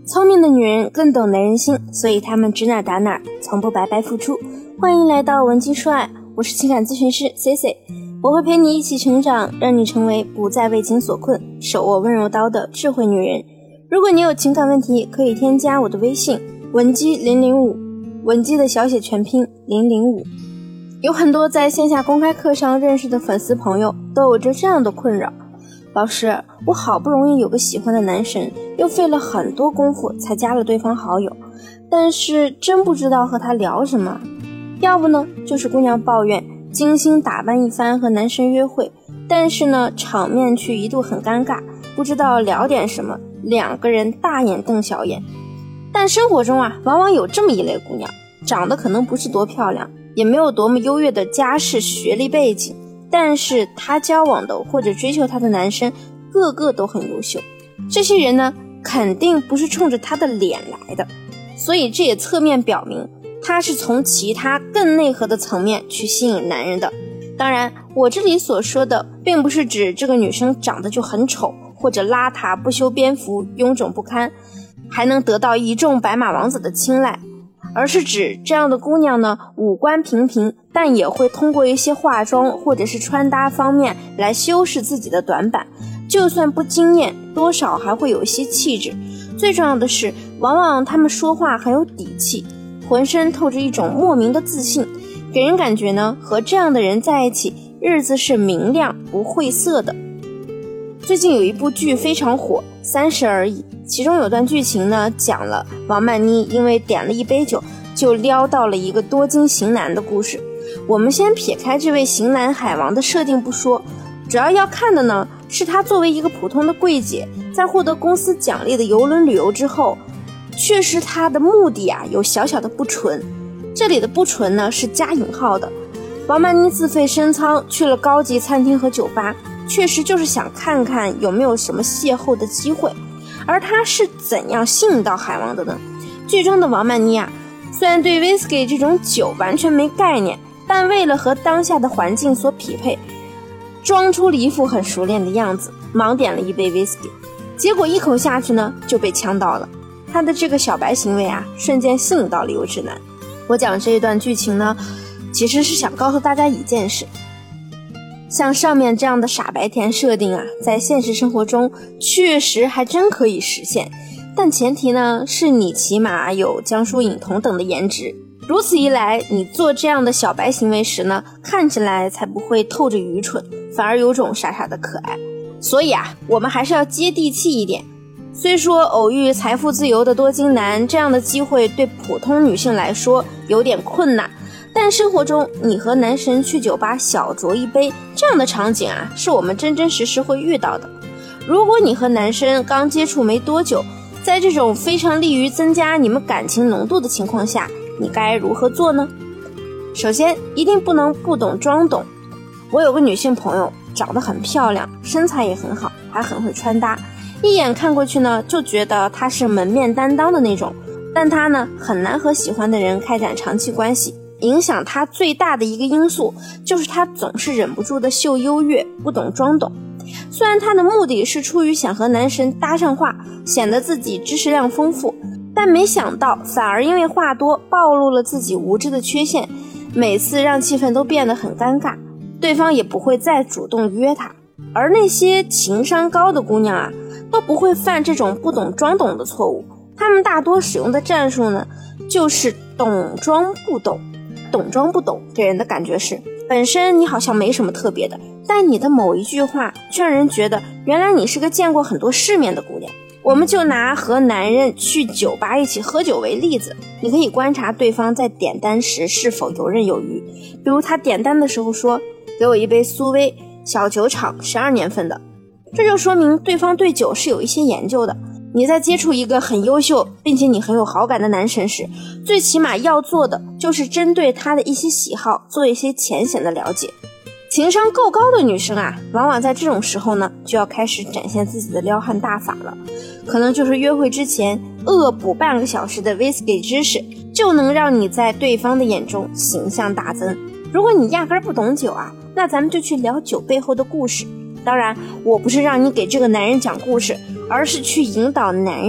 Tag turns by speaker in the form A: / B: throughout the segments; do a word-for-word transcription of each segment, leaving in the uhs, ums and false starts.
A: 聪明的女人更懂得人心，所以她们指哪打哪，从不白白付出。欢迎来到文姬说爱，我是情感咨询师 C C， 我会陪你一起成长，让你成为不再为情所困，手握温柔刀的智慧女人。如果你有情感问题，可以添加我的微信文姬零零五，文姬的小写全拼零零五。有很多在线下公开课上认识的粉丝朋友都有着这样的困扰，老师，我好不容易有个喜欢的男神，又费了很多功夫才加了对方好友，但是真不知道和他聊什么。要不呢，就是姑娘抱怨精心打扮一番和男神约会，但是呢，场面却一度很尴尬，不知道聊点什么，两个人大眼瞪小眼。但生活中啊，往往有这么一类姑娘，长得可能不是多漂亮，也没有多么优越的家世学历背景，但是她交往的或者追求她的男生个个都很优秀，这些人呢肯定不是冲着她的脸来的，所以这也侧面表明她是从其他更内核的层面去吸引男人的。当然我这里所说的并不是指这个女生长得就很丑，或者邋遢不修边幅臃肿不堪，还能得到一众白马王子的青睐，而是指这样的姑娘呢，五官平平，但也会通过一些化妆或者是穿搭方面来修饰自己的短板，就算不惊艳，多少还会有一些气质。最重要的是，往往她们说话很有底气，浑身透着一种莫名的自信，给人感觉呢，和这样的人在一起，日子是明亮不晦涩的。最近有一部剧非常火，三十而已，其中有段剧情呢，讲了王曼妮因为点了一杯酒就撩到了一个多金型男的故事。我们先撇开这位型男海王的设定不说，主要要看的呢，是他作为一个普通的柜姐，在获得公司奖励的邮轮旅游之后，确实他的目的啊有小小的不纯。这里的不纯呢是加引号的。王曼妮自费升舱去了高级餐厅和酒吧，确实就是想看看有没有什么邂逅的机会。而他是怎样吸引到海王的呢？剧中的王曼妮啊，虽然对 whisky 这种酒完全没概念，但为了和当下的环境所匹配，装出了一副很熟练的样子，盲点了一杯 whisky， 结果一口下去呢就被呛到了。他的这个小白行为啊，瞬间吸引到了优质男。我讲这一段剧情呢，其实是想告诉大家一件事，像上面这样的傻白甜设定啊，在现实生活中确实还真可以实现，但前提呢是你起码有江疏影同等的颜值，如此一来，你做这样的小白行为时呢，看起来才不会透着愚蠢，反而有种傻傻的可爱。所以啊，我们还是要接地气一点。虽说偶遇财富自由的多金男这样的机会对普通女性来说有点困难，但生活中你和男神去酒吧小酌一杯，这样的场景啊，是我们真真实实会遇到的。如果你和男生刚接触没多久，在这种非常利于增加你们感情浓度的情况下，你该如何做呢？首先，一定不能不懂装懂。我有个女性朋友，长得很漂亮，身材也很好，还很会穿搭，一眼看过去呢，就觉得她是门面担当的那种，但她呢，很难和喜欢的人开展长期关系。影响她最大的一个因素，就是她总是忍不住的秀优越，不懂装懂。虽然她的目的是出于想和男神搭上话，显得自己知识量丰富，但没想到反而因为话多暴露了自己无知的缺陷，每次让气氛都变得很尴尬，对方也不会再主动约她。而那些情商高的姑娘啊，都不会犯这种不懂装懂的错误，她们大多使用的战术呢，就是懂装不懂。懂装不懂给人的感觉是，本身你好像没什么特别的，但你的某一句话却让人觉得原来你是个见过很多世面的姑娘。我们就拿和男人去酒吧一起喝酒为例子，你可以观察对方在点单时是否游刃有余。比如他点单的时候说，给我一杯苏威小酒厂十二年份的，这就说明对方对酒是有一些研究的。你在接触一个很优秀并且你很有好感的男神时，最起码要做的就是针对他的一些喜好做一些浅显的了解。情商够高的女生啊，往往在这种时候呢，就要开始展现自己的撩汉大法了。可能就是约会之前恶补半个小时的 whisky 知识，就能让你在对方的眼中形象大增。如果你压根不懂酒啊，那咱们就去聊酒背后的故事。当然，我不是让你给这个男人讲故事，而是去引导男人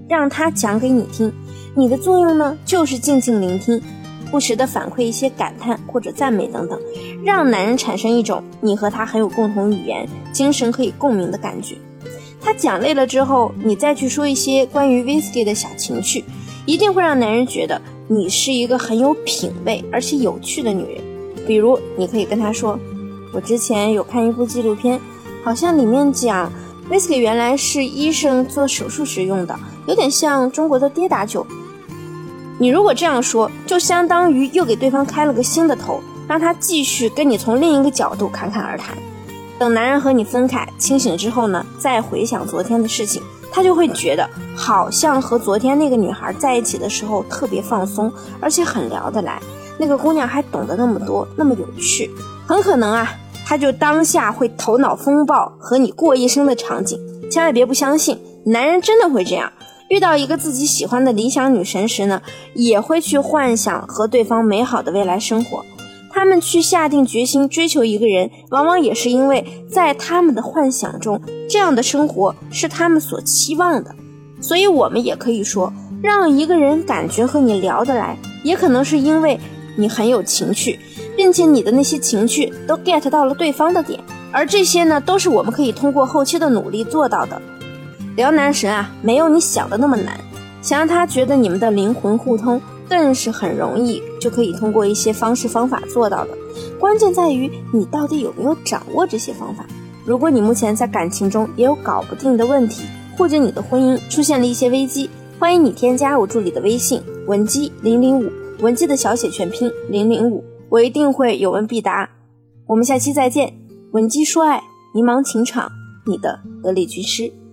A: 让他讲给你听。你的作用呢，就是静静聆听，不时地反馈一些感叹或者赞美等等，让男人产生一种你和他很有共同语言，精神可以共鸣的感觉。他讲累了之后，你再去说一些关于 Whisky 的小情趣，一定会让男人觉得你是一个很有品味而且有趣的女人。比如你可以跟他说，我之前有看一部纪录片，好像里面讲 Whisky 原来是医生做手术时用的，有点像中国的跌打酒。你如果这样说，就相当于又给对方开了个新的头，让他继续跟你从另一个角度侃侃而谈。等男人和你分开清醒之后呢，再回想昨天的事情，他就会觉得好像和昨天那个女孩在一起的时候特别放松，而且很聊得来，那个姑娘还懂得那么多，那么有趣。很可能啊，他就当下会头脑风暴和你过一生的场景。千万别不相信，男人真的会这样，遇到一个自己喜欢的理想女神时呢，也会去幻想和对方美好的未来生活。他们去下定决心追求一个人，往往也是因为在他们的幻想中，这样的生活是他们所期望的。所以我们也可以说，让一个人感觉和你聊得来，也可能是因为你很有情趣，并且你的那些情趣都 get 到了对方的点，而这些呢，都是我们可以通过后期的努力做到的。聊男神啊，没有你想的那么难，想让他觉得你们的灵魂互通，更是很容易就可以通过一些方式方法做到的。关键在于你到底有没有掌握这些方法。如果你目前在感情中也有搞不定的问题，或者你的婚姻出现了一些危机，欢迎你添加我助理的微信文姬零零五，文姬的小写全拼零零五，我一定会有问必答。我们下期再见，文姬说爱，迷茫情场，你的得力军师。